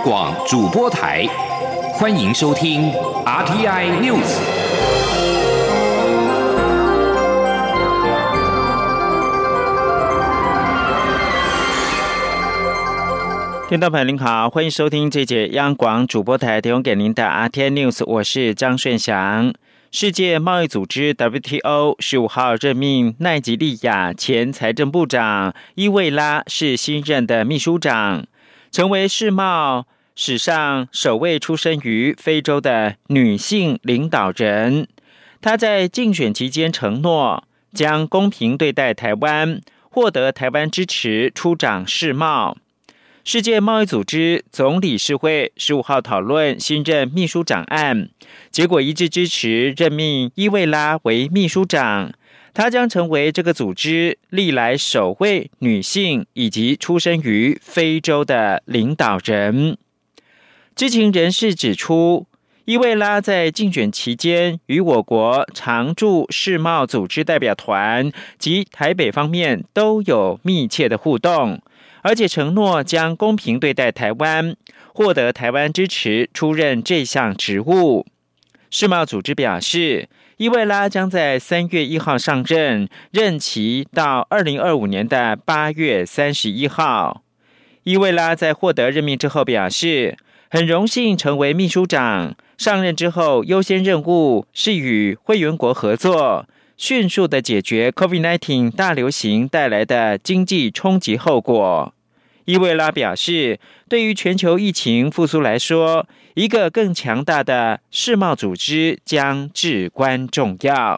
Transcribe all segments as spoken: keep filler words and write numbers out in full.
广主播台，欢迎收听 R T I News。 听众朋友您好，欢迎收听这节央广主播台提供给您的 R T I News， 我是张顺祥。世界贸易组织 W T O 十五号任命奈及利亚前财政部长伊卫拉是新任的秘书长，成为世贸史上首位出生于非洲的女性领导人。她在竞选期间承诺将公平对待台湾，获得台湾支持出掌世贸。世界贸易组织总理事会十五号讨论新任秘书长案，结果一致支持任命伊卫拉为秘书长。她将成为这个组织历来首位女性以及出生于非洲的领导人。知情人士指出，伊卫拉在竞选期间与我国常驻世贸组织代表团及台北方面都有密切的互动，而且承诺将公平对待台湾，获得台湾支持出任这项职务。世贸组织表示，伊卫拉将在三月一号上任，任期到二零二五年的八月三十一号。伊卫拉在获得任命之后表示，很荣幸成为秘书长，上任之后优先任务是与会员国合作，迅速的解决 COVID 十九 大流行带来的经济冲击后果。伊卫拉表示，对于全球疫情复苏来说，一个更强大的世贸组织将至关重要。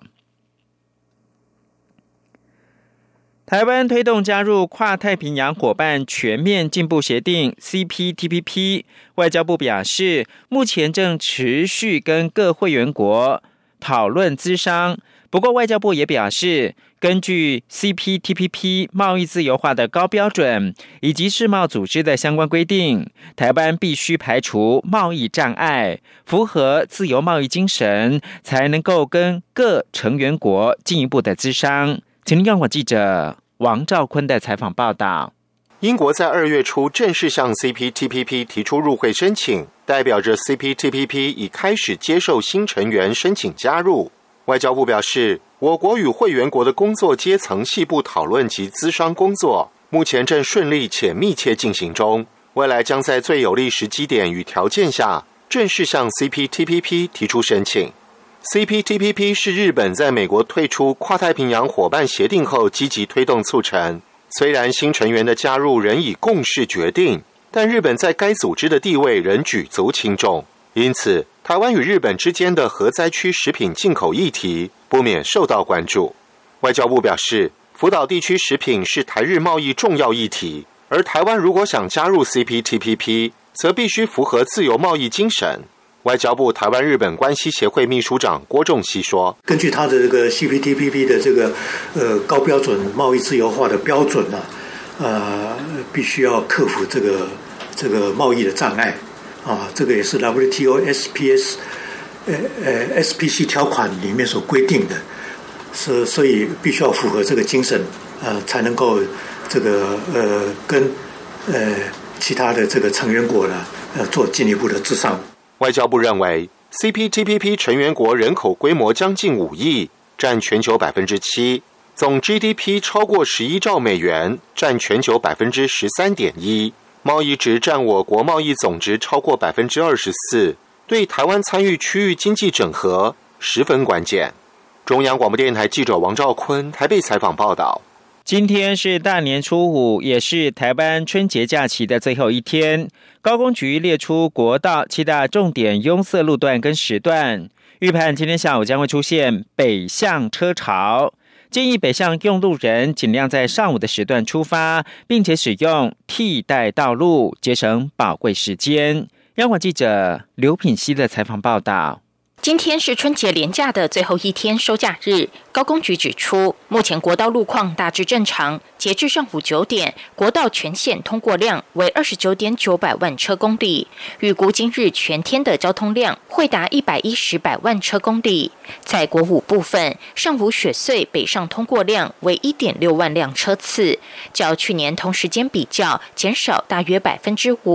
台湾推动加入跨太平洋伙伴全面进步协定 C P T P P， 外交部表示，目前正持续跟各会员国讨论咨商。不过外交部也表示，根据 C P T P P 贸易自由化的高标准以及世贸组织的相关规定，台湾必须排除贸易障碍，符合自由贸易精神，才能够跟各成员国进一步的咨商。请听央广记者王兆坤的采访报道。 英国在二月初正式向 C P T P P 提出入会申请，代表着 C P T P P 已开始接受新成员申请加入。外交部表示，我国与会员国的工作阶层细部讨论及咨商工作目前正顺利且密切进行中，未来将在最有利时机点与条件下正式向 C P T P P 提出申请。C P T P P 是日本在美国退出跨太平洋伙伴协定后积极推动促成，虽然新成员的加入仍以共识决定，但日本在该组织的地位仍举足轻重，因此台湾与日本之间的核灾区食品进口议题不免受到关注。外交部表示，福岛地区食品是台日贸易重要议题，而台湾如果想加入 C P T P P， 则必须符合自由贸易精神。外交部台湾日本关系协会秘书长郭仲熙说， 根据他的这个 C P T P P 的这个呃高标准贸易自由化的标准啊，呃，必须要克服这个这个贸易的障碍啊，这个也是 W T O S P S 呃呃 S P C 条款里面所规定的，是所以必须要符合这个精神，呃，才能够这个呃跟呃其他的这个成员国呢呃做进一步的咨商。 外交部认为 C P T P P 成员国人口规模将近五亿，占全球 百分之七， 总 G D P 超过十一兆美元，占全球 百分之十三点一， 贸易值占我国贸易总值超过 百分之二十四， 对台湾参与区域经济整合十分关键。中央广播电台记者王兆坤台北采访报道。 今天是大年初五，也是台湾春节假期的最后一天。高工局列出国道七大重点拥塞路段跟时段，预判今天下午将会出现北向车潮，建议北向用路人尽量在上午的时段出发，并且使用替代道路，节省宝贵时间。央广记者刘品希的采访报道。 今天是春节连假的最后一天收假日，高工局指出，目前国道路况大致正常，截至上午九点，国道全线通过量为二十九点九百万车公里，预估今日全天的交通量会达一百一十百万车公里。在国五部分，上午雪隧北上通过量为一点六万辆车次，较去年同时间比较减少大约百分之五。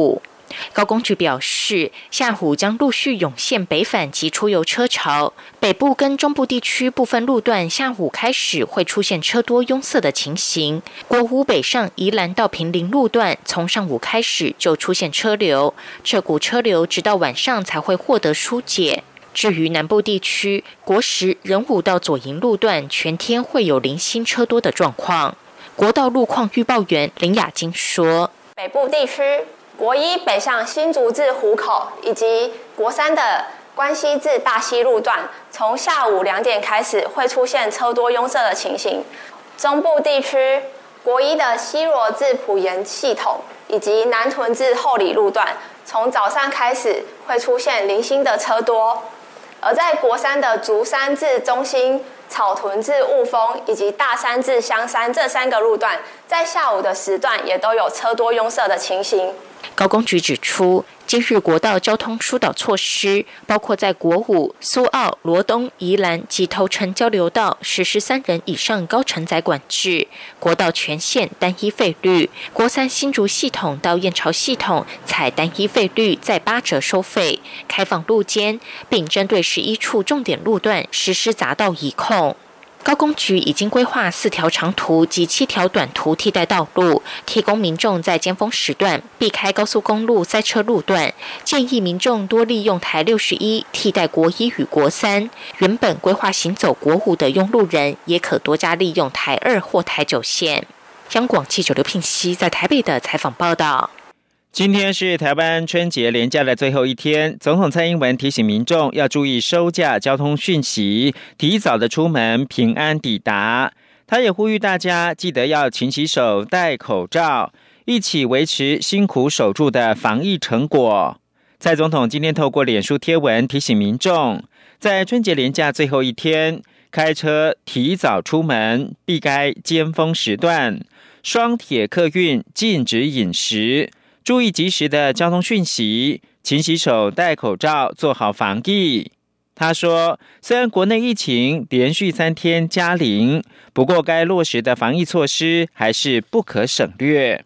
高工局表示，下午将陆续涌现北返及出游车潮，北部跟中部地区部分路段下午开始会出现车多拥塞的情形。国五北上宜兰到坪林路段，从上午开始就出现车流，这股车流直到晚上才会获得疏解。至于南部地区，国十、仁武到左营路段全天会有零星车多的状况。国道路况预报员林雅晶说， 北部地区国一北上新竹至湖口，以及国三的关西至大溪路段，从下午两点开始会出现车多拥塞的情形。中部地区国一的西螺至埔盐系统，以及南屯至后里路段，从早上开始会出现零星的车多。而在国三的竹山至中心、草屯至雾峰以及大山至香山这三个路段，在下午的时段也都有车多拥塞的情形。 高工局指出，今日国道交通疏导措施包括在国五、苏澳、罗东、宜兰及头城交流道实施三人以上高承载管制，国道全线单一费率，国三新竹系统到燕巢系统采单一费率再八折收费，开放路肩，并针对十一处重点路段实施匝道移控。高工局已经规划四条长途及七条短途替代道路，提供民众在尖峰时段避开高速公路塞车路段。建议民众多利用台六十一替代国一与国三。原本规划行走国五的用路人，也可多加利用台二或台九线。央广记者刘聘熙在台北的采访报道。 今天是台湾春节连假的最后一天，总统蔡英文提醒民众要注意收假交通讯息，提早的出门，平安抵达。他也呼吁大家记得要勤洗手、戴口罩，一起维持辛苦守住的防疫成果。蔡总统今天透过脸书贴文提醒民众，在春节连假最后一天，开车提早出门，避开尖峰时段，双铁客运禁止饮食，注意及时的交通讯息，勤洗手、戴口罩，做好防疫。他说，虽然国内疫情连续三天加零，不过该落实的防疫措施还是不可省略。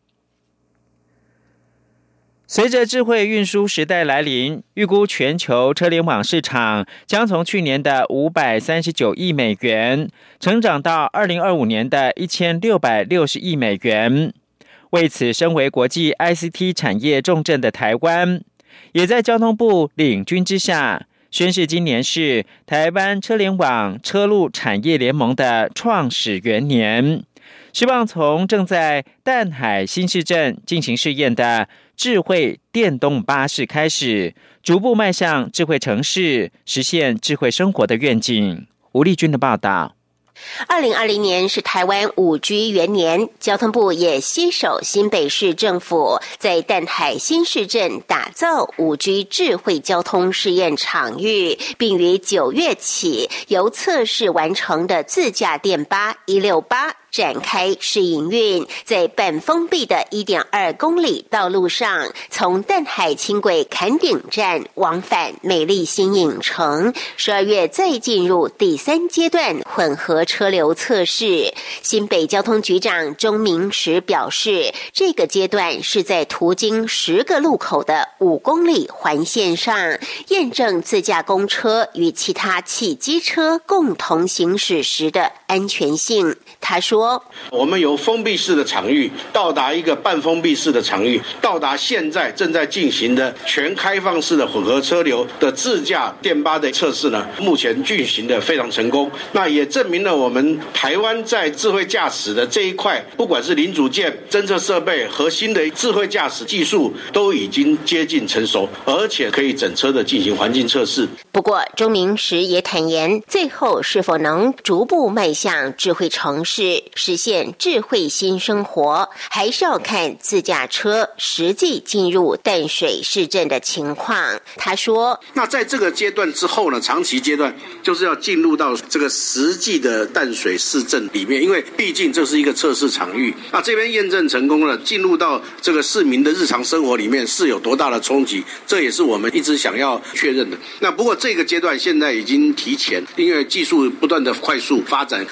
随着智慧运输时代来临，预估全球车联网市场将从去年的五百三十九亿美元成长到二零二五年的一千六百六十亿美元。为此，身为国际 I C T 产业重镇的台湾，也在交通部领军之下，宣示今年是台湾车联网车路产业联盟的创始元年，希望从正在淡海新市镇进行试验的智慧电动巴士开始，逐步迈向智慧城市，实现智慧生活的愿景。吴丽君的报道。 二零二零年是台湾 五 G 元年，交通部也携手新北市政府，在淡海新市镇打造 五 G 智慧交通试验场域，并于九月起由测试完成的自驾电巴一六八展开试营运，在半封闭的 一点二公里道路上，从淡海轻轨坎顶站往返美丽新影城，十二月再进入第三阶段混合车流测试。新北交通局长钟明时表示，这个阶段是在途经十个路口的五公里环线上，验证自驾公车与其他汽机车共同行驶时的安全性。他说， 我们由封闭式的场域到达一个半封闭式的场域，到达现在正在进行的全开放式的混合车流的自驾电巴的测试呢，目前进行的非常成功。那也证明了我们台湾在智慧驾驶的这一块，不管是零组件、侦测设备、核心的智慧驾驶技术都已经接近成熟，而且可以整车的进行环境测试。 不过钟明时也坦言，最后是否能逐步迈向智慧城市，实现智慧新生活，还是要看自驾车实际进入淡水市镇的情况。他说， 那在这个阶段之后呢，长期阶段就是要进入到这个实际的淡水市镇里面，因为毕竟这是一个测试场域，那这边验证成功了，进入到这个市民的日常生活里面是有多大的冲击，这也是我们一直想要确认的。那不过这个阶段现在已经提前，因为技术不断的快速发展，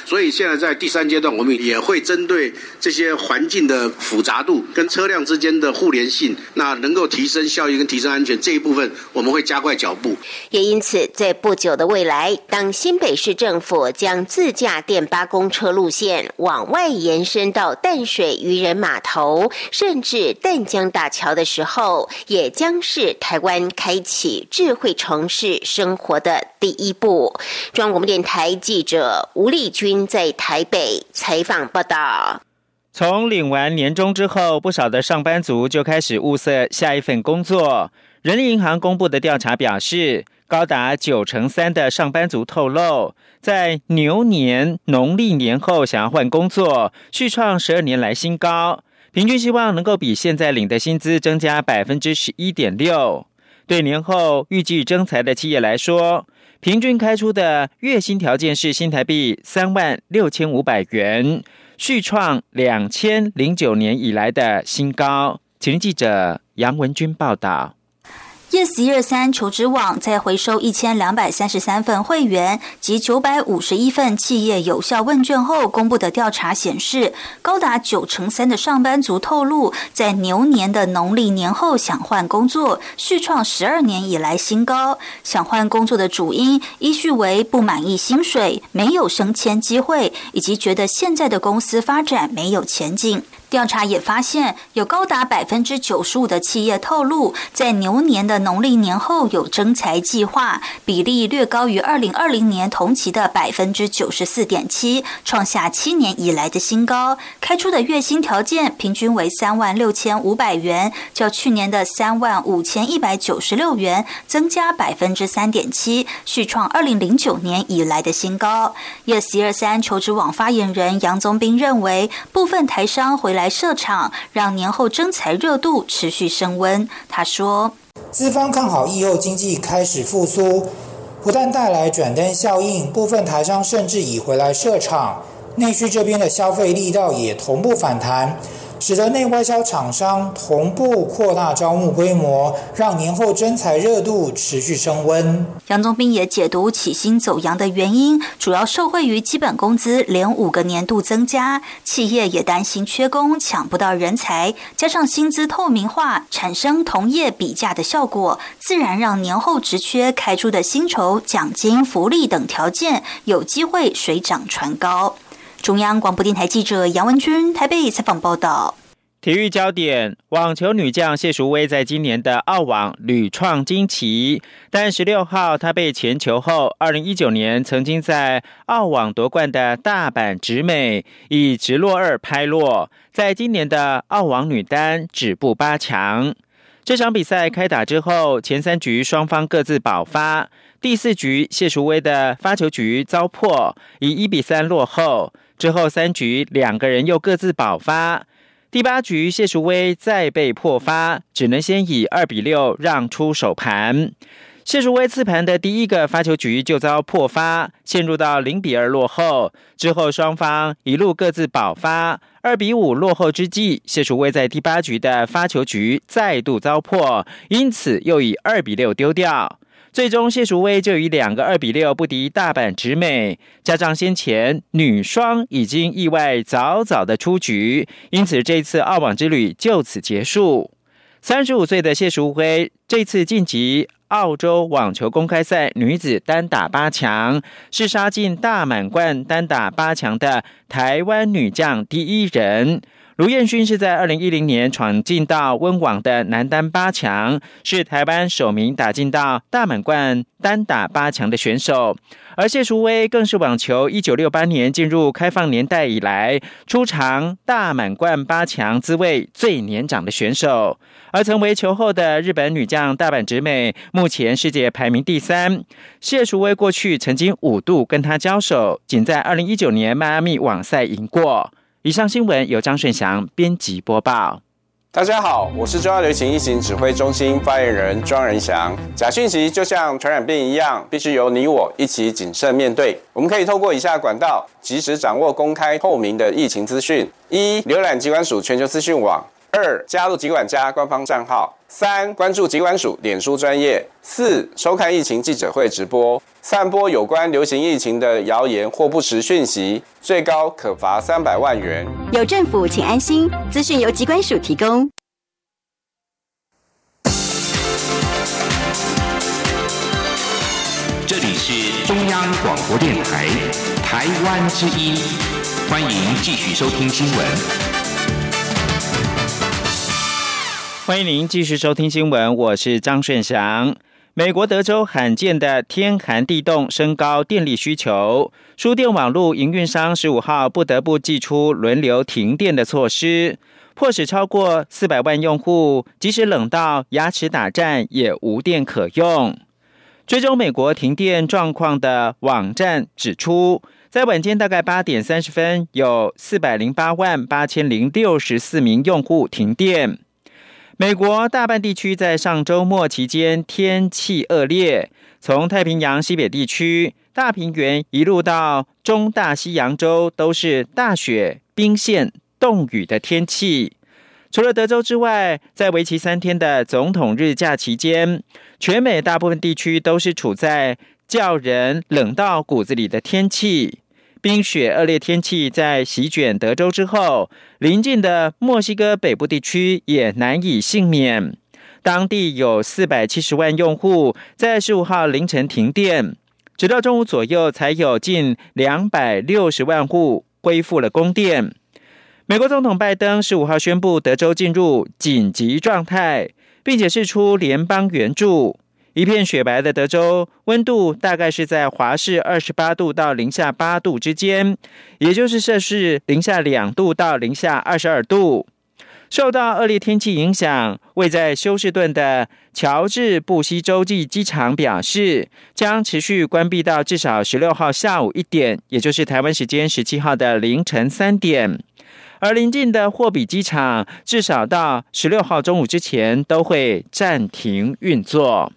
所以现在在第三阶段，我们也会针对这些环境的复杂度跟车辆之间的互联性，那能够提升效益跟提升安全这一部分，我们会加快脚步。 也因此，在不久的未来，当新北市政府将自驾电巴公车路线往外延伸到淡水渔人码头，甚至淡江大桥的时候，也将是台湾开启智慧城市生活的第一步。中央广播电台记者吴丽君在台北采访报道。 从领完年终之后，不少的上班族就开始物色下一份工作。人力银行公布的调查表示，高达九成三的上班族透露，在牛年农历年后想要换工作，续创十二年来新高，平均希望能够比现在领的薪资增加 百分之十一点六。 对年后预计征才的企业来说，平均开出的月薪条件是新台币三万六千五百元，续创两千零九年以来的新高。请记者杨文君报道。 Yes 一二三求职网在回收一千两百三十三份会员及九百五十一份企业有效问卷后公布的调查显示，高达九成三的上班族透露，在牛年的农历年后想换工作，续创十二年以来新高。想换工作的主因依序为不满意薪水、没有升迁机会，以及觉得现在的公司发展没有前景。调查也发现，有高达 百分之九十五 的企业透露，在牛年的农历年后有征才计划，比例略高于二零二零年同期的 百分之九十四点七， 创下七年以来的新高。开出的月薪条件平均为三万六千五百元，较去年的三万五千一百九十六元增加 百分之三点七， 续创二零零九年以来的新高。Yes 一二三求职网发言人杨宗斌认为，部分台商回来来设厂，让年后征才热度持续升温。他说， 资方看好疫后经济开始复苏，不但带来转单效应，部分台商甚至已回来设厂，内需这边的消费力道也同步反弹，使得内外销厂商同步扩大招募规模，让年后征才热度持续升温。 杨宗斌也解读起薪走扬的原因，主要受惠于基本工资连五个年度增加，企业也担心缺工抢不到人才，加上薪资透明化，产生同业比价的效果，自然让年后职缺开出的薪酬、奖金、福利等条件有机会水涨船高。中央广播电台记者杨文君台北采访报道。 体育焦点，网球女将谢淑薇在今年的澳网屡创惊奇，但十六号她被前球后二零一九年曾经在澳网夺冠的大阪直美以直落二拍落，在今年的澳网女单止步八强。这场比赛开打之后，前三局双方各自保发，第四局谢淑薇的发球局遭破，以一比三落后，之后三局两个人又各自保发，第八局谢淑薇再被破发，只能先以二比六让出首盘。谢淑薇次盘的第一个发球局就遭破发，陷入到零比二落后，之后双方一路各自保发，二比五落后之际，谢淑薇在第八局的发球局再度遭破，因此又以二比六丢掉。最终谢淑薇就以两个二比六不敌大阪直美，加上先前女双已经意外早早的出局，因此这次澳网之旅就此结束。三十五岁的谢淑薇这次晋级澳洲网球公开赛女子单打八强，是杀进大满贯单打八强的台湾女将第一人。卢彦勋是在二零一零年闯进到温网的男单八强，是台湾首名打进到大满贯单打八强的选手。而谢淑薇更是网球一九六八年进入开放年代以来出场大满贯八强滋味最年长的选手。而成为球后的日本女将大阪直美，目前世界排名第三。谢淑薇过去曾经五度跟她交手，仅在二零一九年迈阿密网赛赢过。以上新闻由张顺祥编辑播报。 大家好，我是中央流行疫情指挥中心发言人庄仁祥。假讯息就像传染病一样，必须由你我一起谨慎面对。我们可以透过以下管道及时掌握公开透明的疫情资讯：一、浏览疾管署全球资讯网； 二、加入疾管家官方账号；三、关注疾管署脸书专页；四、收看疫情记者会直播。散播有关流行疫情的谣言或不实讯息，最高可罚三百万元。 有政府，请安心。资讯由疾管署提供。 这里是中央广播电台台湾之音，欢迎继续收听新闻。 欢迎您继续收听新闻，我是张顺祥。美国德州罕见的天寒地冻升高电力需求，输电网络营运商十五号不得不祭出轮流停电的措施，迫使超过四百万用户即使冷到牙齿打颤也无电可用。追踪美国停电状况的网站指出，在晚间大概八点三十分，有四百零八万八千零六十四名用户停电。美国大半地区在上周末期间天气恶劣，从太平洋西北地区、大平原一路到中大西洋州都是大雪、冰线、冻雨的天气。除了德州之外，在为期三天的总统日假期间，全美大部分地区都是处在叫人冷到骨子里的天气。冰雪恶劣天气在席卷德州之后，邻近的墨西哥北部地区也难以幸免。当地有四百七十万用户在十五号凌晨停电，直到中午左右才有近两百六十万户恢复了供电。美国总统拜登十五号宣布德州进入紧急状态，并且释出联邦援助。一片雪白的德州，温度大概是在华氏二十八度到零下八度之间，也就是摄氏零下两度到零下二十二度。受到恶劣天气影响，位在休斯顿的乔治布希洲际机场表示，将持续关闭到至少十六号下午一点，也就是台湾时间十七号的凌晨三点。而邻近的霍比机场至少到十六号中午之前都会暂停运作。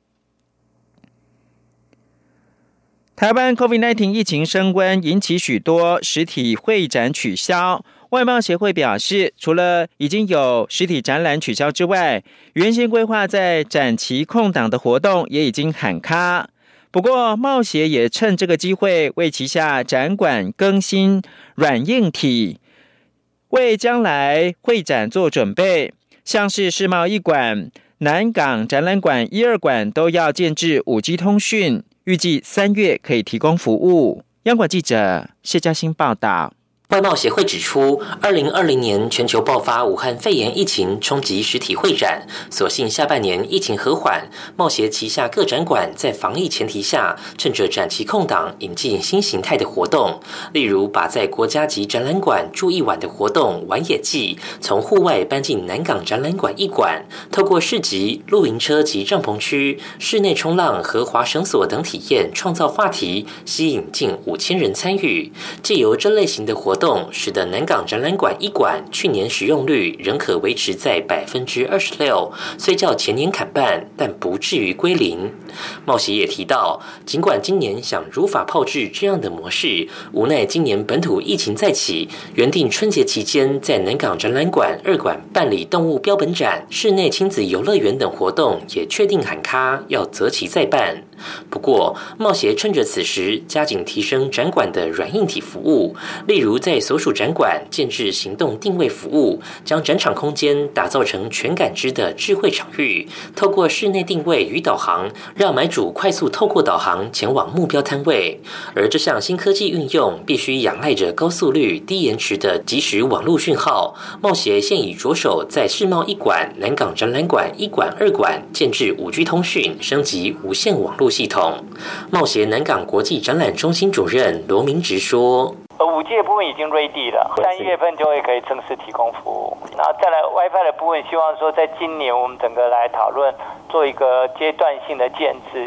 台湾 COVID 十九 疫情升温，引起许多实体会展取消。外贸协会表示，除了已经有实体展览取消之外，原先规划在展期空档的活动也已经喊卡。不过贸协也趁这个机会为旗下展馆更新软硬体，为将来会展做准备。像是世贸一馆、南港展览馆一二馆都要建置 五 G 通讯，预计三月可以提供服务。央广记者谢嘉欣报道。 外贸协会指出，二零二零年全球爆发武汉肺炎疫情，冲击实体会展，所幸下半年疫情和缓，贸协旗下各展馆在防疫前提下，趁着展期空档引进新形态的活动，例如把在国家级展览馆住一晚的活动玩野季，从户外搬进南港展览馆一馆，透过市集、露营车及帐篷区、室内冲浪和滑绳索等体验，创造话题，吸引近五千人参与。藉由这类型的活动，使得南港展览馆一馆去年使用率仍可维持在百分之二十六，虽较前年砍半，但不至于归零。贸协也提到，尽管今年想如法炮制这样的模式，无奈今年本土疫情再起，原定春节期间在南港展览馆二馆办理动物标本展、室内亲子游乐园等活动，也确定喊卡，要择期再办。不过，贸协趁着此时加紧提升展馆的软硬体服务，例如在所属展馆建置行动定位服务，将展场空间打造成全感知的智慧场域，透过室内定位与导航，让买主快速透过导航前往目标摊位。而这项新科技运用必须仰赖着高速率、低延迟的即时网络讯号。贸协现已着手在世贸一馆、南港展览馆一馆、二馆建置 五 G 通讯，升级无线网络系统。贸协南港国际展览中心主任罗明直说， 五 G 的部分已经 ready 了，三月份就会可以正式提供服务。然后再来 WiFi 的部分，希望说在今年我们整个来讨论，做一个阶段性的建制。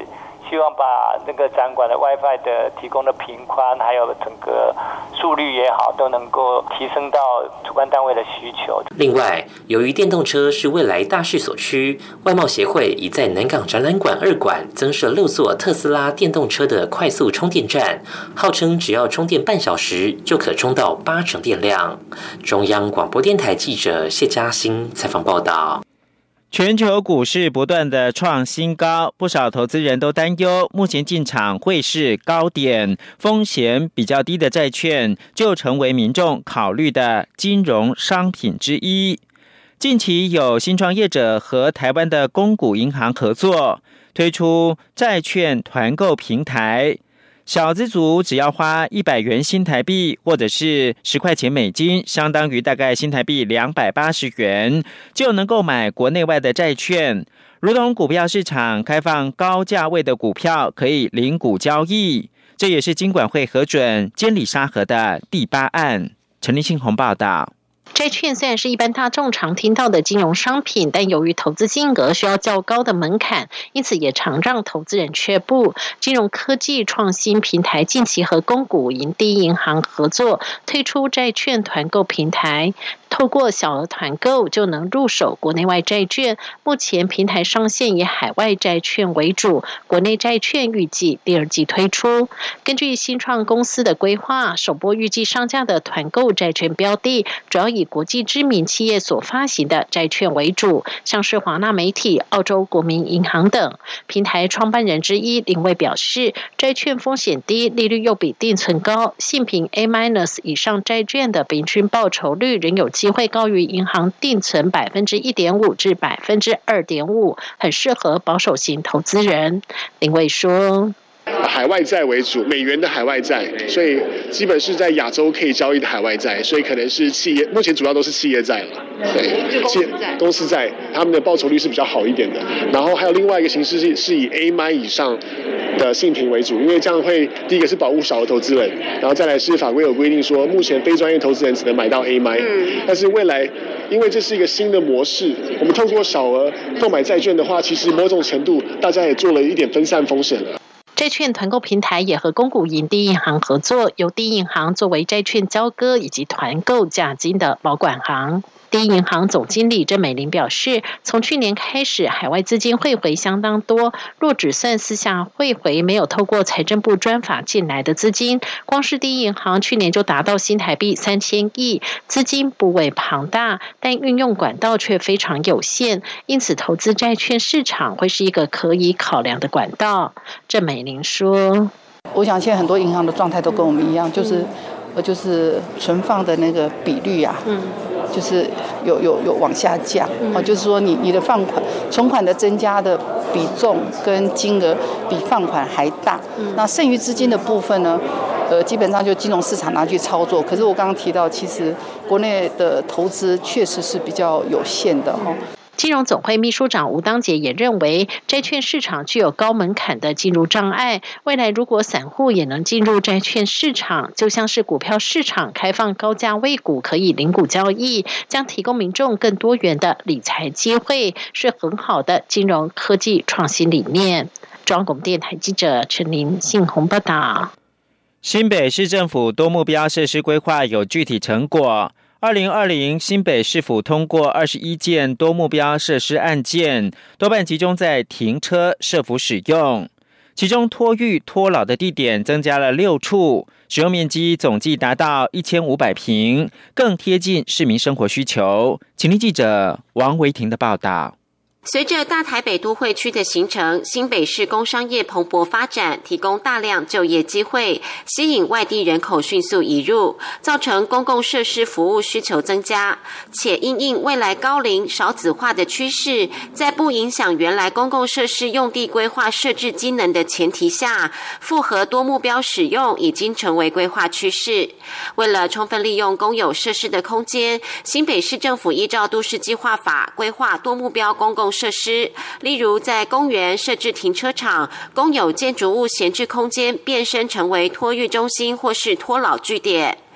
希望把那个展馆的 WiFi 的提供的频宽，还有整个速率也好，都能够提升到主办单位的需求。 另外，由于电动车是未来大势所趋，外贸协会已在南港展览馆二馆增设六座特斯拉电动车的快速充电站，号称只要充电半小时就可充到八成电量。中央广播电台记者谢嘉欣采访报道。 全球股市不断的创新高，不少投资人都担忧，目前进场会是高点，风险比较低的债券就成为民众考虑的金融商品之一。近期有新创业者和台湾的公股银行合作，推出债券团购平台，小资族只要花一百元新台币，或者是十块钱美金，相当于大概新台币两百八十元，就能购买国内外的债券。如同股票市场开放高价位的股票可以零股交易，这也是金管会核准监理沙盒的第八案。陈立信宏报道。 债券虽然是一般大众常听到的金融商品，但由于投资金额需要较高的门槛，因此也常让投资人却步。金融科技创新平台近期和公股银第一银行合作，推出债券团购平台，透过小额团购就能入手国内外债券。目前平台上线以海外债券为主，国内债券预计第二季推出。根据新创公司的规划，首波预计上架的团购债券标的，主要以国际知名企业所发行的债券为主，像是华纳媒体、澳洲国民银行等。平台创办人之一林蔚表示，债券风险低，利率又比定存高，信评 A- 以上债券的平均报酬率仍有机会高于银行定存 百分之一点五 至 百分之二点五， 很适合保守型投资人。林蔚说， 海外债为主，美元的海外债，所以基本是在亚洲可以交易的海外债，所以可能是企业，目前主要都是企业债了，对，企业公司债，他们的报酬率是比较好一点的。然后还有另外一个形式是是以 A- 以上的信评为主，因为这样会第一个是保护小额投资人，然后再来是法规有规定说，目前非专业投资人只能买到 A-， 但是未来因为这是一个新的模式，我们透过小额购买债券的话，其实某种程度大家也做了一点分散风险了。 债券团购平台也和公股银第一银行合作，由第一银行作为债券交割以及团购价金的保管行。第一银行总经理郑美玲表示，从去年开始，海外资金汇回相当多，若只算私下汇回没有透过财政部专法进来的资金，光是第一银行去年就达到新台币三千亿，资金部位庞大，但运用管道却非常有限，因此投资债券市场会是一个可以考量的管道。郑美玲说， 我想现在很多银行的状态都跟我们一样，就是呃，就是存放的那个比率啊，嗯，就是有有有往下降，哦、嗯，就是说你你的放款存款的增加的比重跟金额比放款还大，嗯，那剩余资金的部分呢，呃，基本上就金融市场拿去操作。可是我刚刚提到，其实国内的投资确实是比较有限的哈。 金融总会秘书长吴当杰也认为，债券市场具有高门槛的进入障碍。未来如果散户也能进入债券市场，就像是股票市场开放高价位股可以零股交易，将提供民众更多元的理财机会，是很好的金融科技创新理念。中央广播电台记者陈琳信宏报道。 新北市政府多目标设施规划有具体成果。二零二零新北市府通过二十一件多目标设施案件，多半集中在停车设服使用，其中托育托老的地点增加了六处，使用面积总计达到一千五百平，更贴近市民生活需求。请听记者王维婷的报道。 随着大台北都会区的形成，新北市工商业蓬勃发展，提供大量就业机会，吸引外地人口迅速移入，造成公共设施服务需求增加。且因应未来高龄少子化的趋势，在不影响原来公共设施用地规划设置机能的前提下，复合多目标使用已经成为规划趋势。为了充分利用公有设施的空间，新北市政府依照都市计划法规划多目标公共设施，例如在公园设置停车场，公有建筑物闲置空间变身成为托育中心或是托老据点。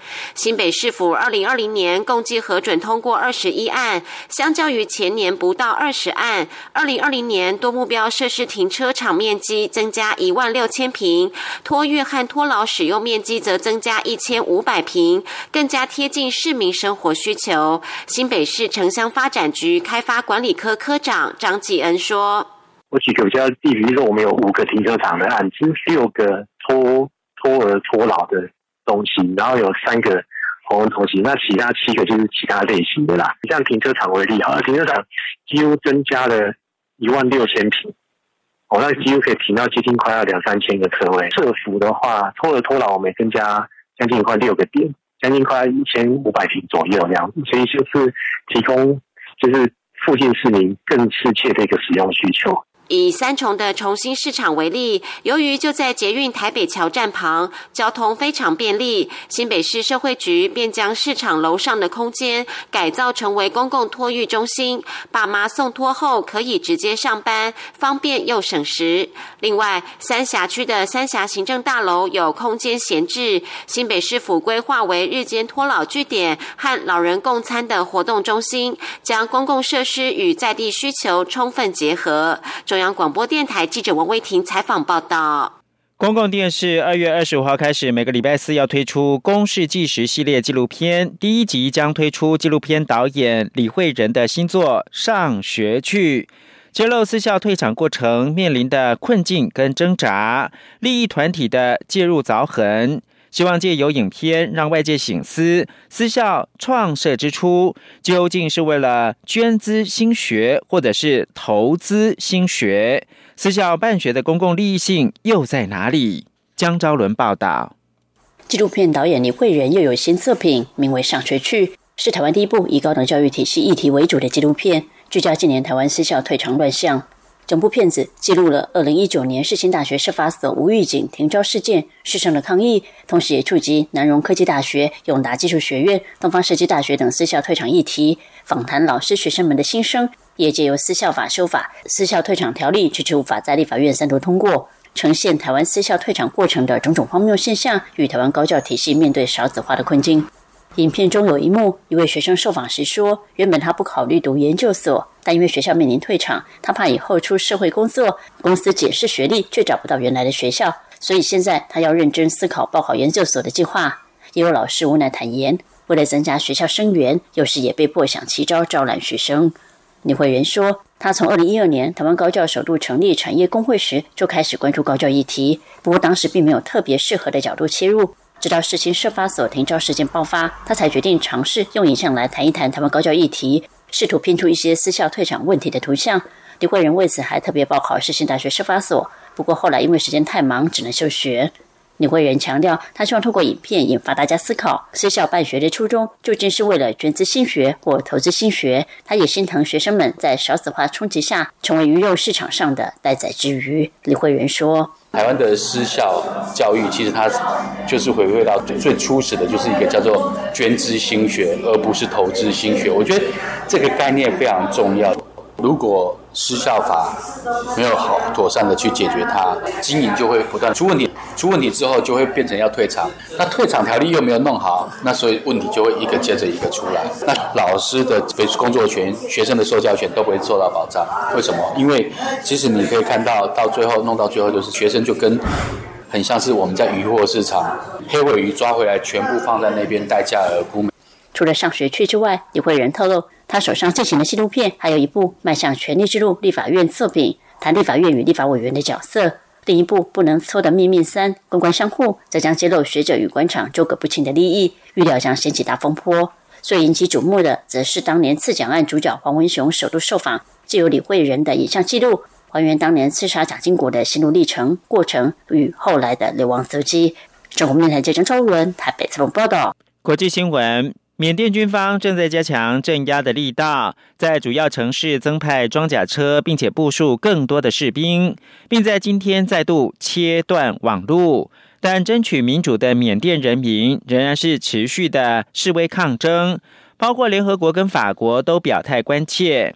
新北市府二零二零年共计核准通过二十一案，相较于前年不到二十案。二零二零年多目标设施停车场面积增加一万六千坪，托运和托老使用面积则增加一千五百坪，更加贴近市民生活需求。新北市城乡发展局开发管理科科长张继恩说：“ 我举个比较例子，说我们有五个停车场的案子，六个托托儿托老的东西，然后有三个红红东西，那其他七个就是其他类型的啦。像停车场为例，好了，停车场几乎增加了一万六千坪，哦，那几乎可以停到接近快要两三千个车位。社福的话，托儿托老我们增加将近快六个点，将近快一千五百坪左右这样，所以就是提供就是附近市民更适切的一个使用需求。” 以三重的重新市场为例，由于就在捷运台北桥站旁，交通非常便利，新北市社会局便将市场楼上的空间改造成为公共托育中心，爸妈送托后可以直接上班，方便又省时。另外，三峡区的三峡行政大楼有空间闲置，新北市府规划为日间托老据点和老人共餐的活动中心，将公共设施与在地需求充分结合。中央广播电台记者王威婷采访报道。 公共电视二月二十五号开始，每个礼拜四要推出公视纪实系列纪录片，第一集将推出纪录片导演李惠仁的新作《上学去》，揭露私校退场过程面临的困境跟挣扎，利益团体的介入凿痕。希望借由影片让外界省思，私校创设之初究竟是为了捐资兴学，或者是投资兴学？私校办学的公共利益性又在哪里？江昭伦报道。 纪录片导演李惠仁又有新作品，名为《上学去》，是台湾第一部以高等教育体系议题为主的纪录片，聚焦近年台湾私校退场乱象。整部片子记录了二零一九年世新大学社发所无预警停招事件师生的抗议，同时也触及南荣科技大学、永达技术学院、东方设计大学等私校退场议题，访谈老师学生们的心声，也借由私校法修法、私校退场条例迟迟无法在立法院三读通过，呈现台湾私校退场过程的种种荒谬现象与台湾高教体系面对少子化的困境。影片中有一幕，一位学生受访时说，原本他不考虑读研究所，但因为学校面临退场，他怕以后出社会工作，公司检视学历却找不到原来的学校，所以现在他要认真思考报考研究所的计划。也有老师无奈坦言，为了增加学校生源，有时也被迫想奇招招揽学生。李惠仁说，他从二零一二年台湾高教首度成立产业工会时就开始关注高教议题，不过当时并没有特别适合的角度切入，直到世新社发所停招事件爆发，他才决定尝试用影像来谈一谈台湾高教议题，试图拼出一些私校退场问题的图像。李惠仁为此还特别报考世新大学社发所，不过后来因为时间太忙，只能休学。李惠仁强调，他希望透过影片引发大家思考，私校办学的初衷究竟是为了捐资兴学或投资兴学。他也心疼学生们在少子化冲击下成为鱼肉市场上的待宰之鱼。李惠仁说， 台湾的私校教育其实它就是回归到最初始的就是一个叫做捐资兴学，而不是投资兴学。我觉得这个概念非常重要。如果私校法没有好妥善的去解决它，经营就会不断出问题，出问题之后就会变成要退场，那退场条例又没有弄好，那所以问题就会一个接着一个出来。那老师的工作权、学生的受教权都不会受到保障。为什么？因为其实你可以看到，到最后弄到最后，就是学生就跟很像是我们在渔货市场，黑尾鱼抓回来全部放在那边待价而沽。 除了上学去之外，李惠仁透露，他手上进行的纪录片还有一部迈向权力之路立法院作品，谈立法院与立法委员的角色。另一部不能错的秘密三公关商户，则将揭露学者与官场纠葛不清的利益，预料将掀起大风波。最引起瞩目的，则是当年刺蒋案主角黄文雄首度受访，藉由李惠仁的影像记录，还原当年刺杀蒋经国的心路历程、过程与后来的流亡足迹。中国电台记者周文台北采访报道。 国际新闻。缅甸军方正在加强镇压的力道，在主要城市增派装甲车，并且部署更多的士兵，并在今天再度切断网路。但争取民主的缅甸人民仍然是持续的示威抗争，包括联合国跟法国都表态关切。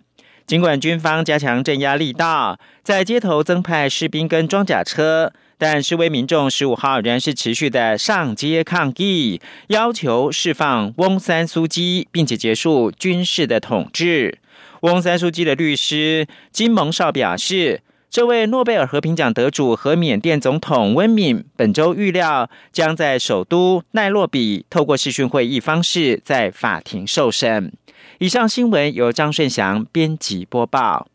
尽管军方加强镇压力道，在街头增派士兵跟装甲车，但示威民众十五号仍然是持续的上街抗议，要求释放翁三苏基，并且结束军事的统治。翁三苏基的律师金蒙绍表示，这位诺贝尔和平奖得主和缅甸总统温敏本周预料将在首都奈洛比透过视讯会议方式在法庭受审。以上新闻由张顺祥编辑播报。